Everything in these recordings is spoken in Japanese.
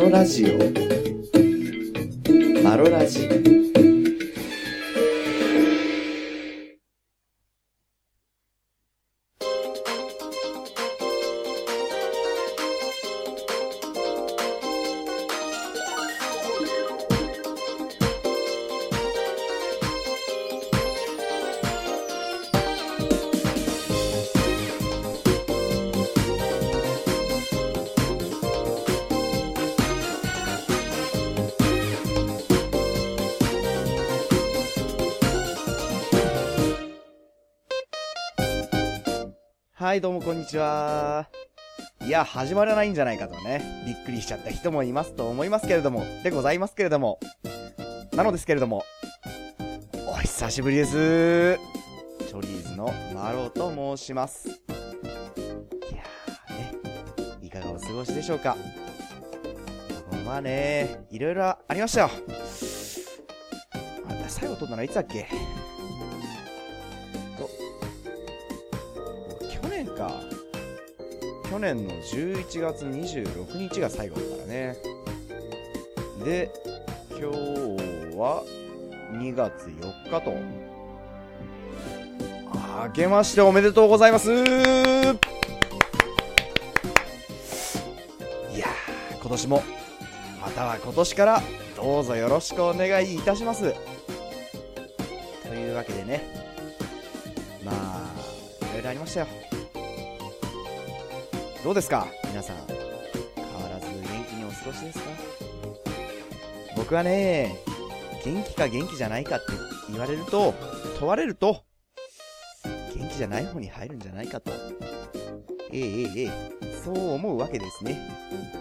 ロラジオ、マロラジ。はい、どうもこんにちは。いや、始まらないんじゃないかとね、びっくりしちゃった人もいますと思いますけれども、でございますけれども、なのですけれども、お久しぶりです。チョリーズのマロと申します。いやーね、いかがお過ごしでしょうか。まあね、いろいろありましたよ。最後撮ったのはいつだっけ。去年の11月26日が最後だからね。で、今日は2月4日と。明けましておめでとうございます。いやー、今年も、または今年からどうぞよろしくお願いいたします。というわけでね、まあ、いろいろありましたよ。どうですか皆さん、変わらず元気にお過ごしですか？僕はね、元気か元気じゃないかって言われると、問われると元気じゃない方に入るんじゃないかとそう思うわけですね。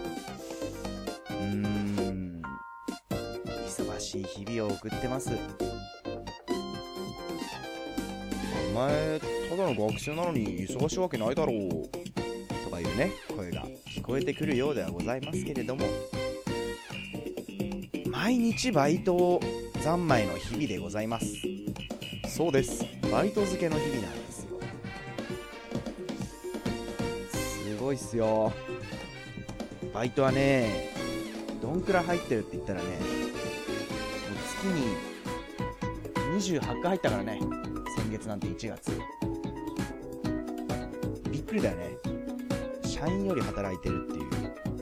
忙しい日々を送ってます。お前ただの学生なのに忙しいわけないだろうとかいうね、声が聞こえてくるようではございますけれども、毎日バイト三昧の日々でございます。そうです、バイト漬けの日々なんですよ。すごいっすよ。バイトはね、どんくらい入ってるって言ったらね、もう月に28回入ったからね。先月なんて1月。びっくりだよね。社員より働いてるっていう。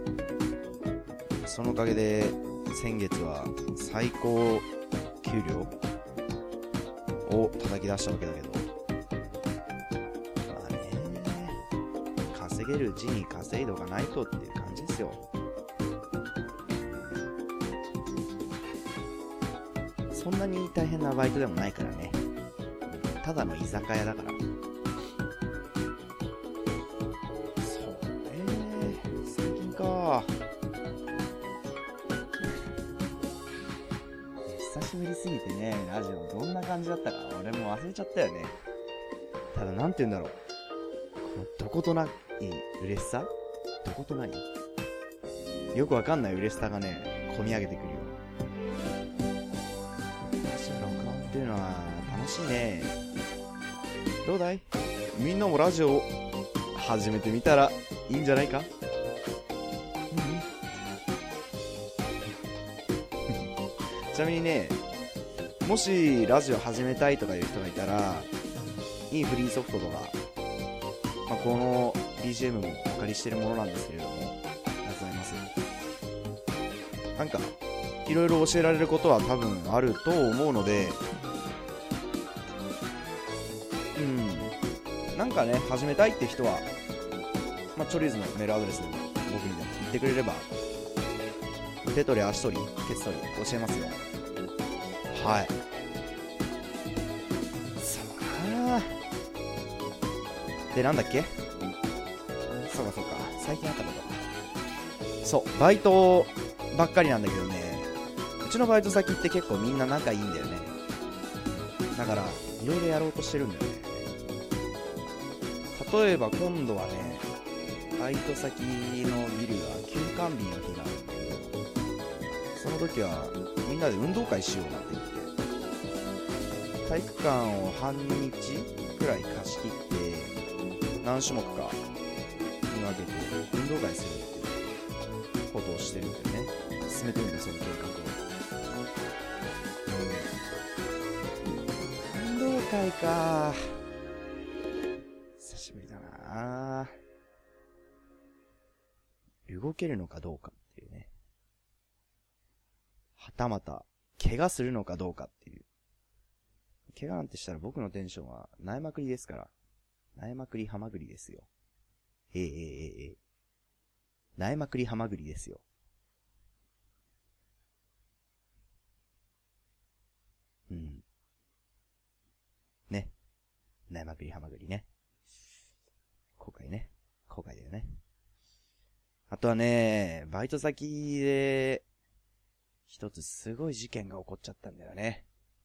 そのおかげで先月は最高給料を叩き出したわけだけど、まあね、稼げるうちに稼いでおかないとっていう感じですよ。そんなに大変なバイトでもないからね。ただの居酒屋だから。久しぶりすぎてね、ラジオどんな感じだったか俺も忘れちゃったよね。ただなんて言うんだろう、このどことない嬉しさ、どことないよくわかんない嬉しさがね、込み上げてくるよ。ラジオ録音っていうのは楽しいね。どうだい？みんなもラジオを始めてみたらいいんじゃないか？ちなみにね、もしラジオ始めたいとかいう人がいたら、いいフリーソフトとか、この BGM もお借りしてるものなんですけれども、ありがとうございます。なんかいろいろ教えられることは多分あると思うので、なんかね、始めたいって人は、チョリーズのメールアドレスでも僕にでも言ってくれれば、手取り足取りケツ取り教えますよ。はい。そうだな。で、なんだっけ？そうか、最近あったこと。そう、バイトばっかりなんだけどね、うちのバイト先って結構みんな仲いいんだよね。だからいろいろやろうとしてるんだよね。例えば今度はね、バイト先のビルが休館日の日があるんだけど、その時はみんなで運動会しようなんて言って、体育館を半日くらい貸し切って何種目かに分けて運動会するっていう。 ことをしてるんだよね。進めてるんだよ、その計画を。運動会か。久しぶりだな。動けるのかどうかっていうね。はたまた、怪我するのかどうかっていう。怪我なんてしたら僕のテンションは苗まくりですから。苗まくりはまぐりですよ。苗まくりはまぐりですよ。うん。ね。苗まくりはまぐりね。後悔ね。後悔だよね。あとはね、バイト先で、一つすごい事件が起こっちゃったんだよね。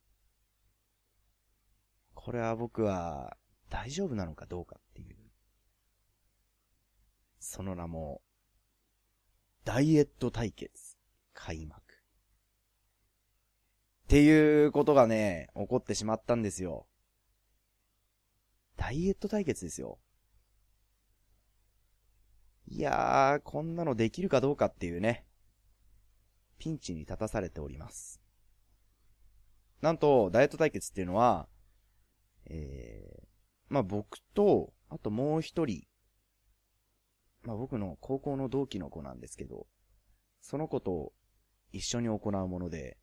これは僕は大丈夫なのかどうかっていう。その名も、ダイエット対決開幕。っていうことがね、起こってしまったんですよ。ダイエット対決ですよ。いやー、こんなのできるかどうかっていうね、ピンチに立たされております。なんと、ダイエット対決っていうのは、まあ僕と、あともう一人、まあ僕の高校の同期の子なんですけど、その子と一緒に行うもので、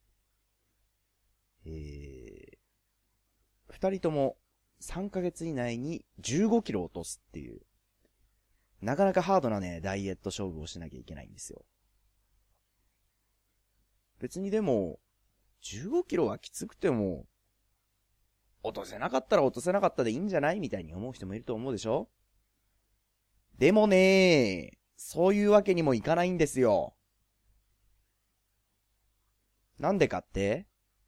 二人とも3ヶ月以内に15キロ落とすっていう、なかなかハードなね、ダイエット勝負をしなきゃいけないんですよ。別にでも、15キロはきつくても、落とせなかったら落とせなかったでいいんじゃないみたいに思う人もいると思うでしょ？でもね、そういうわけにもいかないんですよ。なんでかって？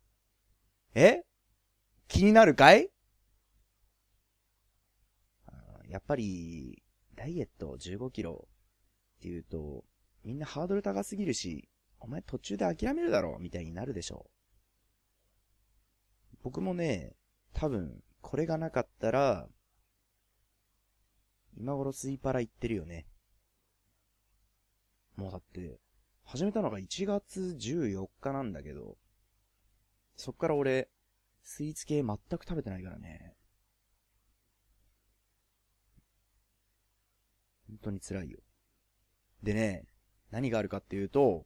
気になるかい？やっぱり、ダイエット15キロって言うと、みんなハードル高すぎるし、お前途中で諦めるだろみたいになるでしょ。僕もね、多分、これがなかったら、今頃スイパラ行ってるよね。もうだって、始めたのが1月14日なんだけど、そっから俺、スイーツ系全く食べてないからね。本当に辛いよ。でね、何があるかっていうと、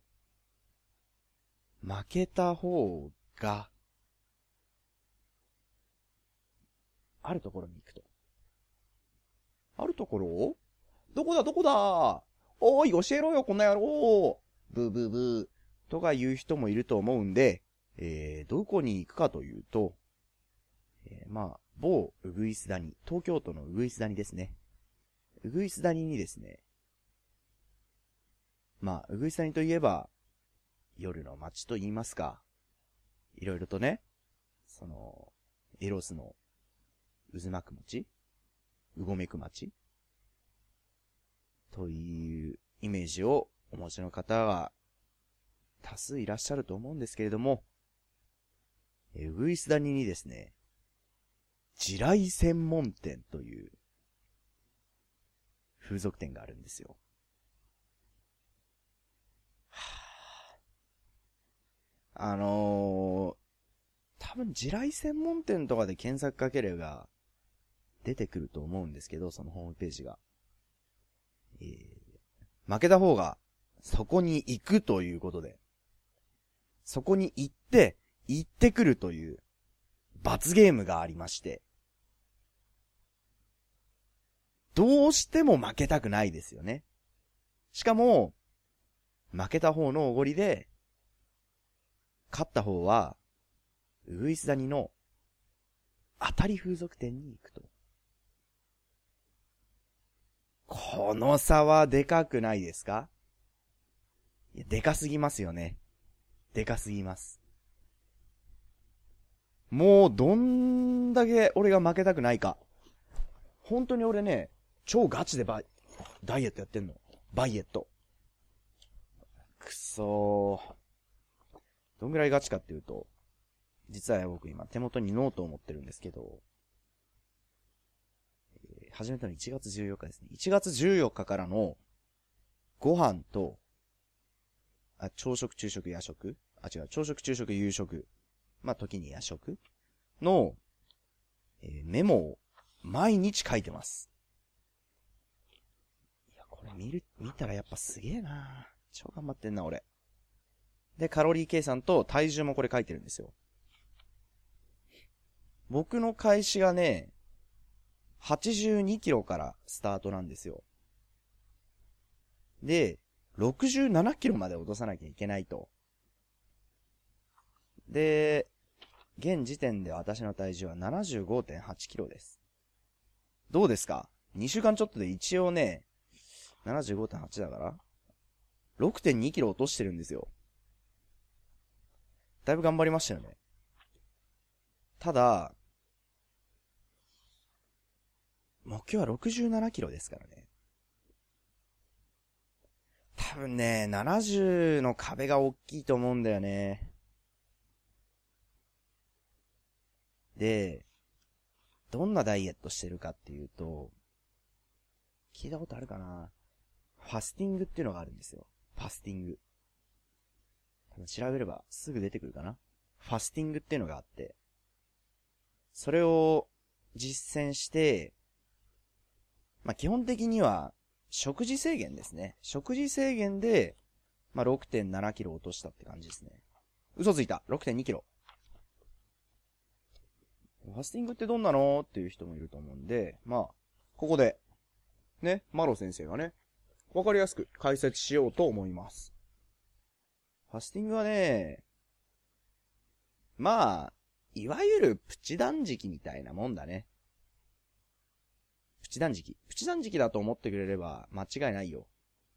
負けた方が、あるところに行くと。あるところ？どこだどこだ？おーい、教えろよ、こんな野郎。ブーブーブー。とか言う人もいると思うんで、どこに行くかというと、まあ、某ウグイス谷、東京都のウグイス谷ですね。ウグイス谷にですね、まあ、ウグイス谷といえば、夜の街と言いますか、いろいろとね、エロスの渦巻く街うごめく街というイメージをお持ちの方は多数いらっしゃると思うんですけれども、ウグイス谷にですね、地雷専門店という風俗店があるんですよ。多分地雷専門店とかで検索かければ出てくると思うんですけど、そのホームページが。負けた方がそこに行くということで、そこに行ってくるという罰ゲームがありまして、どうしても負けたくないですよね。しかも、負けた方のおごりで、勝った方は、ウグイス谷の当たり風俗店に行くと。この差はでかくないですか？いや、でかすぎますよね。でかすぎます。もう、どんだけ俺が負けたくないか。本当に俺ね、超ガチでダイエットやってんの。バイエット。くそー。どんぐらいガチかっていうと、実は僕今手元にノートを持ってるんですけど、始めたの1月14日ですね。1月14日からのご飯と朝食、昼食、夜食違う、朝食、昼食、夕食。まあ、時に夜食の、メモを毎日書いてます。いや、これ見たらやっぱすげえな。超頑張ってんな、俺。で、カロリー計算と体重もこれ書いてるんですよ。僕の開始がね、82キロからスタートなんですよ。で、67キロまで落とさなきゃいけないと。で、現時点で私の体重は 75.8 キロです。どうですか？ 2 週間ちょっとで一応ね、75.8 だから、6.2 キロ落としてるんですよ。だいぶ頑張りましたよね。ただ、目標は67キロですからね。多分ね、70の壁が大きいと思うんだよね。で、どんなダイエットしてるかっていうと、聞いたことあるかな？ファスティングっていうのがあるんですよ。ファスティング。多分調べればすぐ出てくるかな。ファスティングっていうのがあって、それを実践して、まあ、基本的には食事制限ですね。食事制限で、まあ、6.7 キロ落としたって感じですね。嘘ついた。6.2 キロ。ファスティングってどんなのっていう人もいると思うんで、まあ、ここで、ね、マロ先生がね、わかりやすく解説しようと思います。ファスティングはね、まあ、いわゆるプチ断食みたいなもんだね。プチ断食。プチ断食だと思ってくれれば間違いないよ。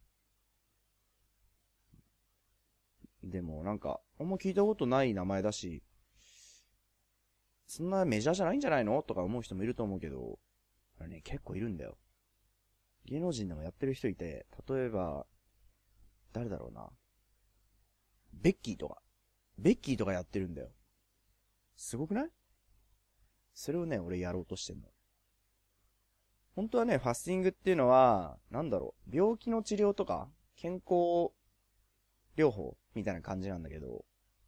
でもなんか、あんま聞いたことない名前だし、そんなメジャーじゃないんじゃないのとか思う人もいると思うけど、あれね、結構いるんだよ。芸能人でもやってる人いて、例えば、誰だろうな。ベッキーとかやってるんだよ。すごくない？それをね、俺やろうとしてんの。本当はね、ファスティングっていうのは、なんだろう、病気の治療とか、健康療法みたいな感じなんだけど、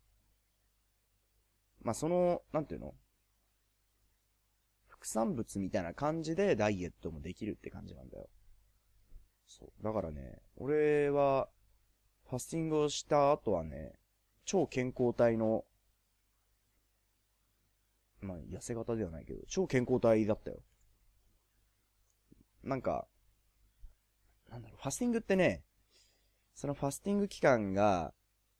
まあ、なんていうの？副産物みたいな感じでダイエットもできるって感じなんだよ。そう。だからね、俺は、ファスティングをした後はね、超健康体の、まあ、痩せ型ではないけど、超健康体だったよ。なんか、なんだろう、ファスティングってね、そのファスティング期間が、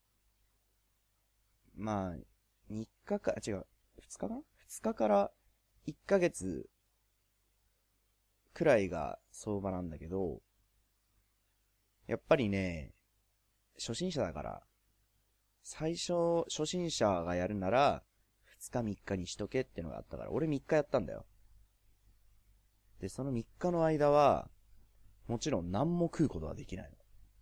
まあ、3日か、違う、2日かな ?2 日から1ヶ月くらいが相場なんだけど、やっぱりね、初心者だから、初心者がやるなら、2日3日にしとけってのがあったから、俺3日やったんだよ。で、その3日の間は、もちろん何も食うことはできないの。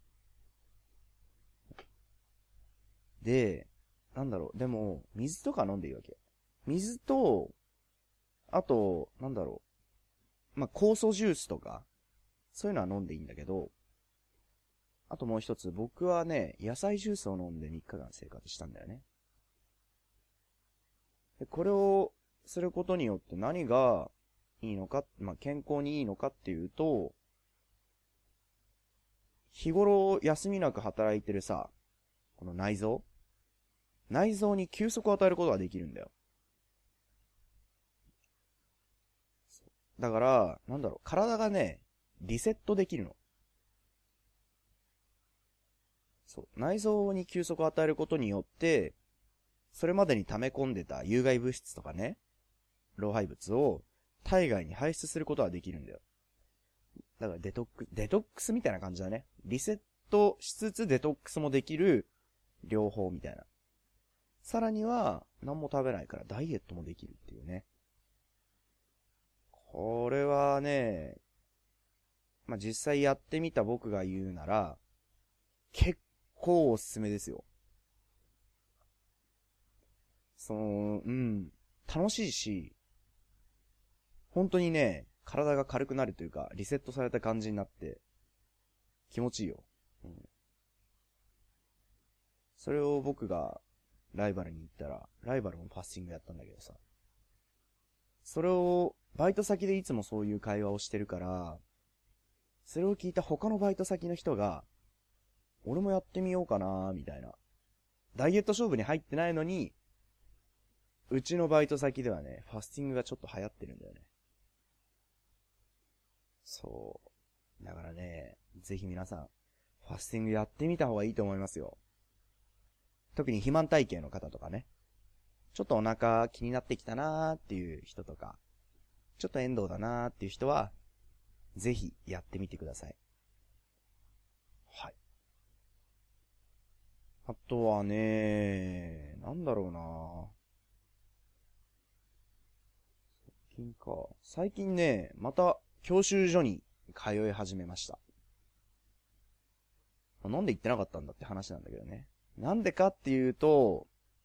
で、なんだろう、でも、水とか飲んでいいわけ。水と、あと、なんだろう、まあ、酵素ジュースとか、そういうのは飲んでいいんだけど、あともう一つ、僕はね、野菜ジュースを飲んで3日間生活したんだよね。で、これをすることによって何がいいのか、まあ、健康にいいのかっていうと、日頃休みなく働いてるさ、この内臓に休息を与えることができるんだよ。だから、なんだろう、体がね、リセットできるの。そう。内臓に休息を与えることによって、それまでに溜め込んでた有害物質とかね、老廃物を体外に排出することができるんだよ。だからデトックスみたいな感じだね。リセットしつつデトックスもできる療法みたいな。さらには、何も食べないからダイエットもできるっていうね。これはね、まあ、実際やってみた僕が言うなら、結構おすすめですよ。楽しいし、本当にね、体が軽くなるというか、リセットされた感じになって、気持ちいいよ。 それを僕がライバルに言ったら、ライバルもファスティングやったんだけどさ。それを、バイト先でいつもそういう会話をしてるから、それを聞いた他のバイト先の人が、俺もやってみようかなみたいな。ダイエット勝負に入ってないのに、うちのバイト先ではね、ファスティングがちょっと流行ってるんだよね。そう。だからね、ぜひ皆さん、ファスティングやってみた方がいいと思いますよ。特に肥満体型の方とかね。ちょっとお腹気になってきたなーっていう人とか、ちょっと遠藤だなーっていう人は、ぜひやってみてください。はい。あとはね、なんだろうな。最近ね、また教習所に通い始めました。なんで行ってなかったんだって話なんだけどね。なんでかっていうと、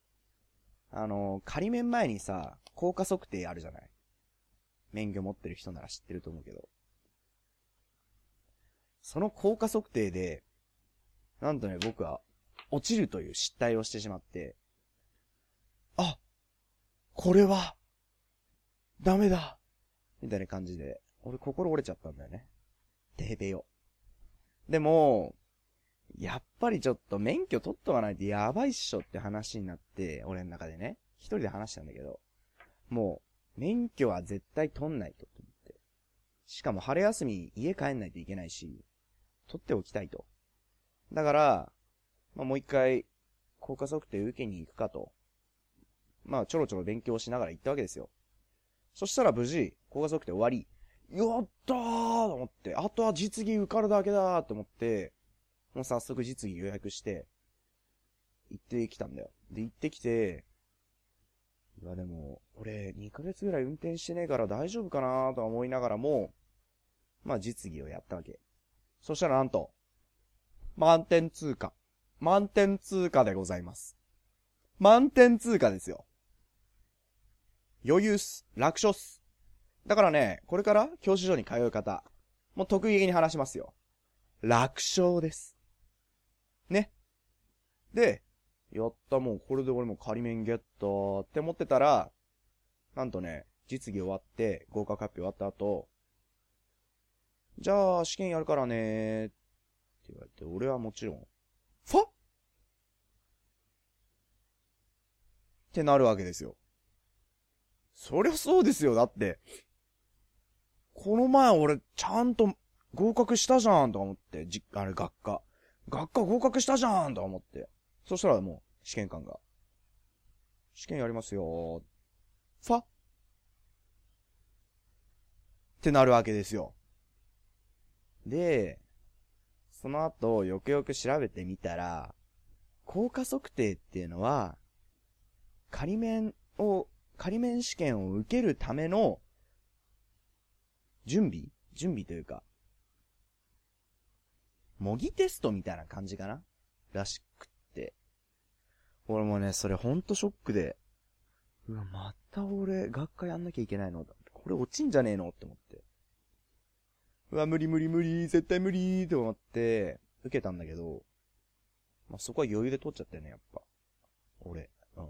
仮免前にさ、効果測定あるじゃない。免許持ってる人なら知ってると思うけど。その効果測定で、なんとね、僕は落ちるという失態をしてしまって、あ、これは、ダメだみたいな感じで、俺心折れちゃったんだよね。てへぺよ。でも、やっぱりちょっと免許取っとかないとやばいっしょって話になって、俺の中でね、一人で話したんだけど、もう、免許は絶対取んないと思って。しかも春休み家帰んないといけないし、取っておきたいと。だから、もう一回、効果測定受けに行くかと。ちょろちょろ勉強しながら行ったわけですよ。そしたら無事、効果測定終わり。やったーと思って、あとは実技受かるだけだーと思って、もう早速実技予約して、行ってきたんだよ。で、行ってきて、いやでも、俺、2ヶ月ぐらい運転してねえから大丈夫かなーと思いながらも、実技をやったわけ。そしたらなんと、満点通過。満点通過でございます。満点通過ですよ。余裕っす。楽勝っす。だからね、これから教習所に通う方、もう得意げに話しますよ。楽勝です。ね。で、やったもうこれで俺も仮免ゲットって思ってたら、なんとね、実技終わって合格発表終わった後、じゃあ試験やるからねーって言われて、俺はもちろん、ファッってなるわけですよ。そりゃそうですよ。だって、この前俺ちゃんと合格したじゃんとか思って、学科。学科合格したじゃんとか思って。そしたらもう、試験官が。試験やりますよ。ファってなるわけですよ。で、その後、よくよく調べてみたら、効果測定っていうのは、仮免試験を受けるための、準備というか、模擬テストみたいな感じかならしくって。俺もね、それほんとショックで、うわ、また俺、学科やんなきゃいけないのこれ落ちんじゃねえのって思って。うわ、無理、絶対無理って思って、受けたんだけど、そこは余裕で取っちゃったよね、やっぱ。俺。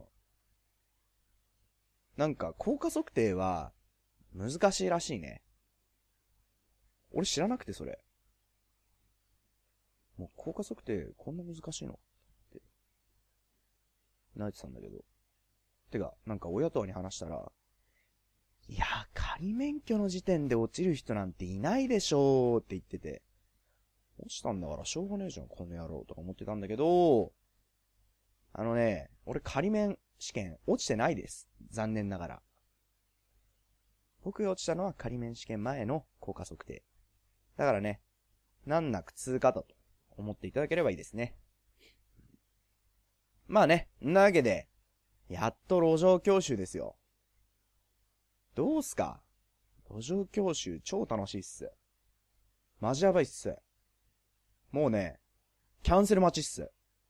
なんか、効果測定は、難しいらしいね。俺知らなくて、それ。もう、効果測定、こんな難しいのって、泣いてたんだけど。てか、なんか親とに話したら、いや、仮免許の時点で落ちる人なんていないでしょーって言ってて、落ちたんだからしょうがねえじゃん、この野郎とか思ってたんだけど、俺仮免試験落ちてないです。残念ながら。僕が落ちたのは仮免試験前の効果測定。だからね、難なく通過だと思っていただければいいですね。んなわけで、やっと路上教習ですよ。どうすか？路上教習超楽しいっす。マジやばいっす。もうね、キャンセル待ちっす。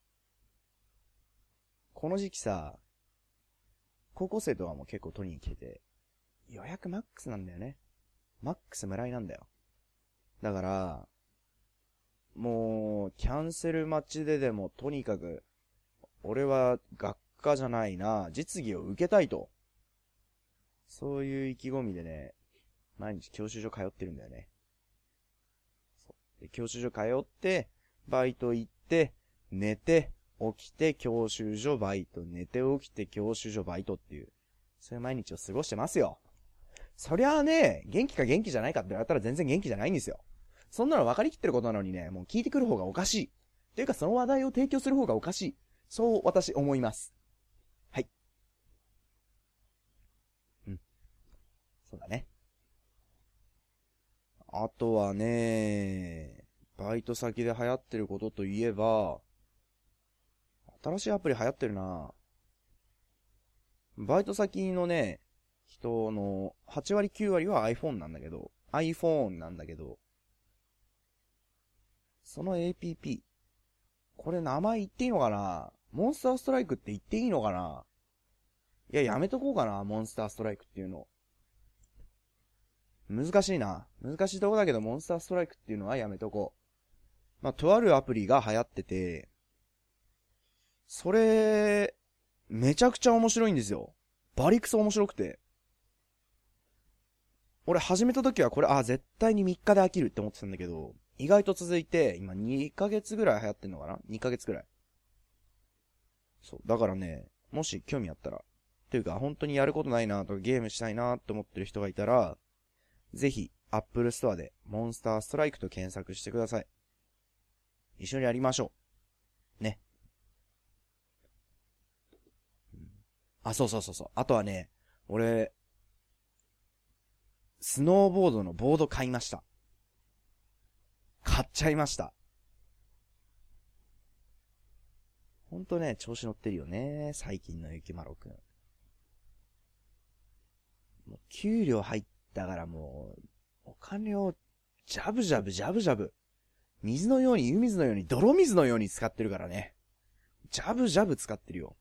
この時期さ、高校生とかも結構取りに来てて、予約マックスなんだよね。マックス村井なんだよ。だから、もう、キャンセル待ちででもとにかく、 俺は学科じゃないな、実技を受けたいと。そういう意気込みでね、毎日教習所通ってるんだよね。で教習所通って、バイト行って、寝て、起きて、教習所バイト、寝て起きて、教習所バイトっていう、そういう毎日を過ごしてますよ。そりゃあね、元気か元気じゃないかって言われたら全然元気じゃないんですよ。そんなの分かりきってることなのにね、もう聞いてくる方がおかしい。というかその話題を提供する方がおかしい。そう私思います。はい。うん。そうだね。あとはね、バイト先で流行ってることといえば、新しいアプリ流行ってるな。バイト先のね、人の8割9割は iPhone なんだけど、その APP、これ名前言っていいのかな？モンスターストライクって言っていいのかな？いや、やめとこうかな、モンスターストライクっていうの。難しいな。難しいとこだけど、モンスターストライクっていうのはやめとこう。まあ、とあるアプリが流行ってて、それ、めちゃくちゃ面白いんですよ。バリクソ面白くて。俺始めた時はこれ、絶対に3日で飽きるって思ってたんだけど、意外と続いて、今2ヶ月ぐらい流行ってんのかな？ 2 ヶ月ぐらい。そう。だからね、もし興味あったら、というか本当にやることないなとかゲームしたいなって思ってる人がいたら、ぜひ、Apple Store でモンスターストライクと検索してください。一緒にやりましょう。ね。そうそうそうそう。あとはね、俺、スノーボードのボード買いました。買っちゃいました。ほんとね、調子乗ってるよね。最近のゆきまろくん。もう給料入ったからもう、お金をジャブジャブジャブジャブ。水のように、湯水のように、泥水のように使ってるからね。ジャブジャブ使ってるよ。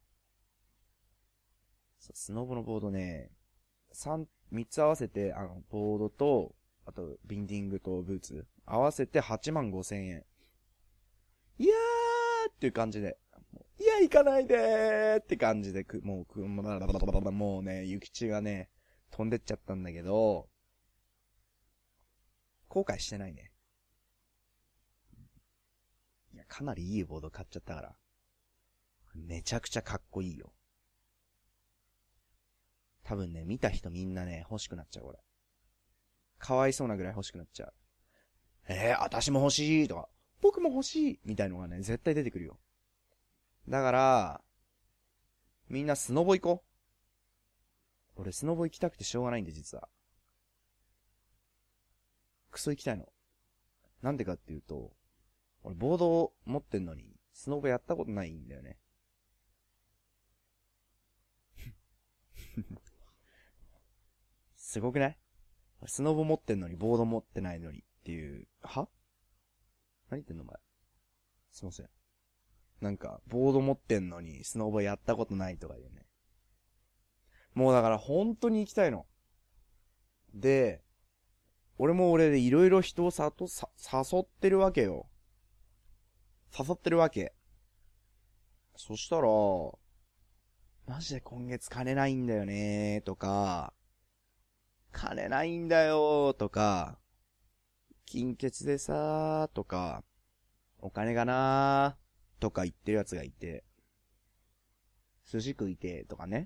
スノボのボードね、3つ合わせて、ボードと、あと、ビンディングとブーツ、合わせて85,000円。いやーっていう感じで。いや、行かないでーって感じで、もうね、諭吉がね、飛んでっちゃったんだけど、後悔してないね。いや、かなりいいボード買っちゃったから。めちゃくちゃかっこいいよ。多分ね、見た人みんなね、欲しくなっちゃう、これ。かわいそうなぐらい欲しくなっちゃう。私も欲しいとか、僕も欲しいみたいのがね、絶対出てくるよ。だから、みんなスノボ行こう。俺スノボ行きたくてしょうがないんで、実は。クソ行きたいの。なんでかっていうと、俺ボードを持ってんのに、スノボやったことないんだよね。すごくない？スノボ持ってんのにボード持ってないのにっていう、何言ってんのお前。すいません。なんか、ボード持ってんのにスノボやったことないとか言うね。もうだから本当に行きたいの。で、俺も俺でいろいろ人を誘ってるわけよ。誘ってるわけ。そしたら、マジで今月金ないんだよねーとか、金ないんだよーとか、金欠でさーとか、お金がなーとか言ってるやつがいて、寿司食いてーとかね。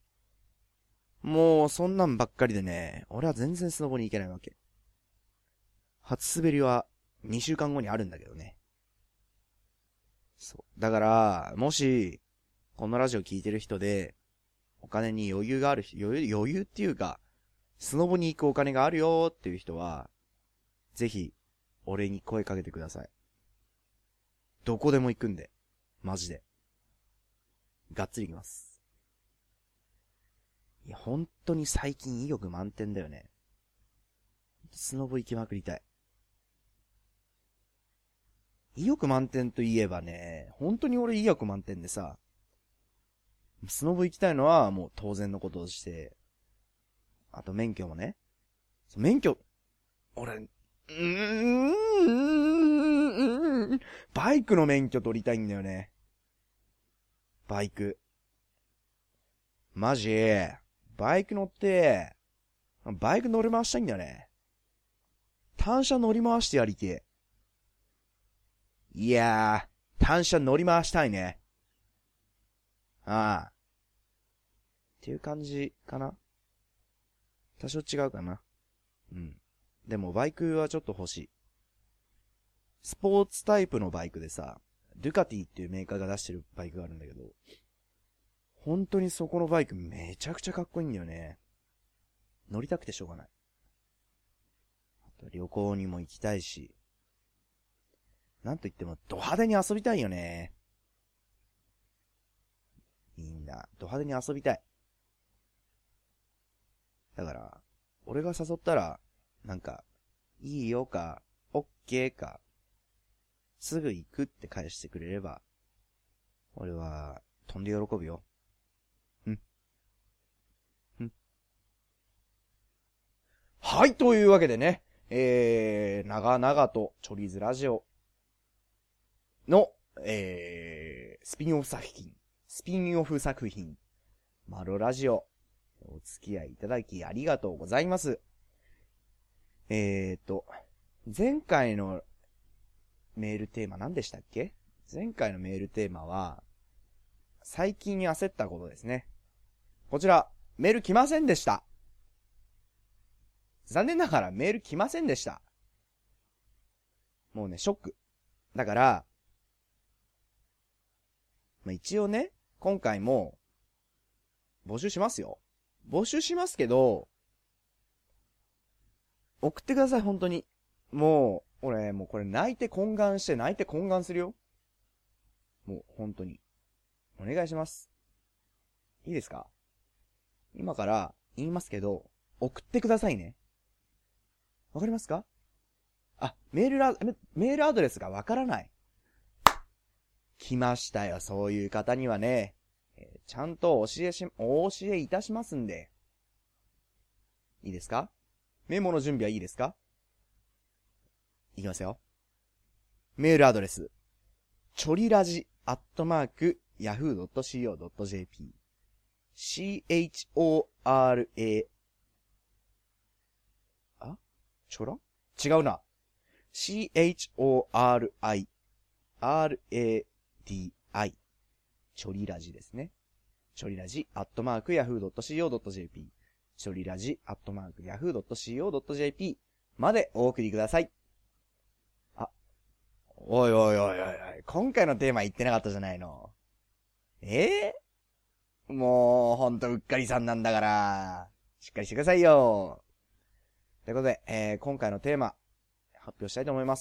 もうそんなんばっかりでね、俺は全然スノボに行けないわけ。初滑りは2週間後にあるんだけどね。そう。だから、もし、このラジオ聞いてる人で、お金に余裕がある人、余裕っていうか、スノボに行くお金があるよーっていう人は、ぜひ、俺に声かけてください。どこでも行くんで。マジで。がっつり行きます。いや、本当に最近意欲満点だよね。スノボ行きまくりたい。意欲満点といえばね、本当に俺意欲満点でさ、スノボ行きたいのはもう当然のことをして、あと免許もね。免許、俺、バイクの免許取りたいんだよね。 バイク。マジ、バイク乗って、バイク乗り回したいんだよね。単車乗り回してやりて。いやー、単車乗り回したいね。ああ。っていう感じかな。多少違うかな。うん。でもバイクはちょっと欲しい。スポーツタイプのバイクでさ、ドゥカティっていうメーカーが出してるバイクがあるんだけど、本当にそこのバイクめちゃくちゃかっこいいんだよね。乗りたくてしょうがない。あと旅行にも行きたいし、なんといってもド派手に遊びたいよね。みんなド派手に遊びたい。だから、俺が誘ったら、なんか、いいよか、オッケーか、すぐ行くって返してくれれば、俺は、飛んで喜ぶよ。はい、というわけでね、長々とチョリーズラジオの、スピンオフ作品、マロラジオ、お付き合いいただきありがとうございます。前回のメールテーマ何でしたっけ？前回のメールテーマは、最近に焦ったことですね。こちら、メール来ませんでした。残念ながらメール来ませんでした。もうね、ショック。だから、一応ね、今回も、募集しますよ。募集しますけど、送ってください、本当に。もう、俺、もうこれ泣いて懇願するよ。もう、本当に。お願いします。いいですか？今から言いますけど、送ってくださいね。わかりますか？あ、メールアドレスがわからない。来ましたよ、そういう方にはね。ちゃんとお教えいたしますんで。いいですか？メモの準備はいいですか？いきますよ。メールアドレス。チョリラジ@yahoo.co.jp CHORA チョラ違うな。CHORIRADI チョリラジですね。チョリラジ@yahoo.co.jp チョリラジ@yahoo.co.jp までお送りください。おい、今回のテーマ言ってなかったじゃないの。もう、ほんとうっかりさんなんだから、しっかりしてくださいよ。ということで、今回のテーマ、発表したいと思います。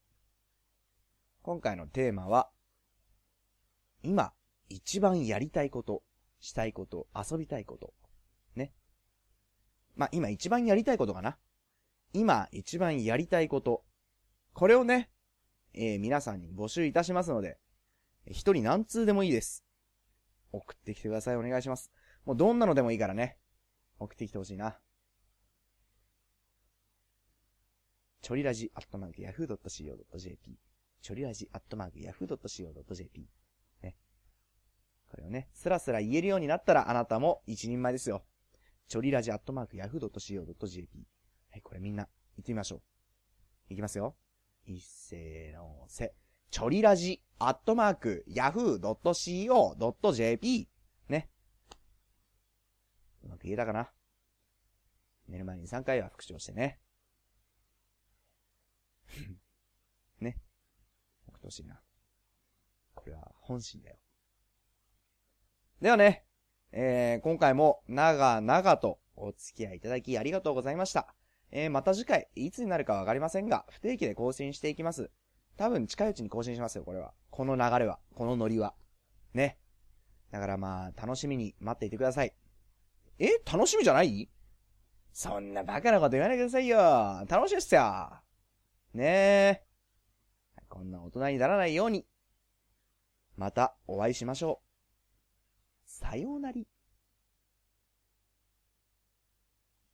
今回のテーマは、今、一番やりたいこと、したいこと、遊びたいこと。ね。今一番やりたいことかな。今一番やりたいこと。これをね、皆さんに募集いたしますので、一人何通でもいいです。送ってきてください。お願いします。もうどんなのでもいいからね。送ってきてほしいな。チョリラジ@yahoo.co.jp チョリラジ@yahoo.co.jp ね。これをね、スラスラ言えるようになったらあなたも一人前ですよ。チョリラジ@yahoo.co.jp はい、これみんな言ってみましょう。いきますよ。一斉のせ。チョリラジ@yahoo.co.jp ね。うまく言えたかな？寝る前に3回は復唱してね。ね。送ってほしいな。これは本心だよ。ではね、今回も長々とお付き合いいただきありがとうございました。また次回、いつになるかわかりませんが、不定期で更新していきます。多分近いうちに更新しますよ、これは。この流れは。このノリは。ね。だから楽しみに待っていてください。楽しみじゃない？そんなバカなこと言わないでくださいよ。楽しいっすよ。ねえ。こんな大人にならないように。またお会いしましょう。さようなり。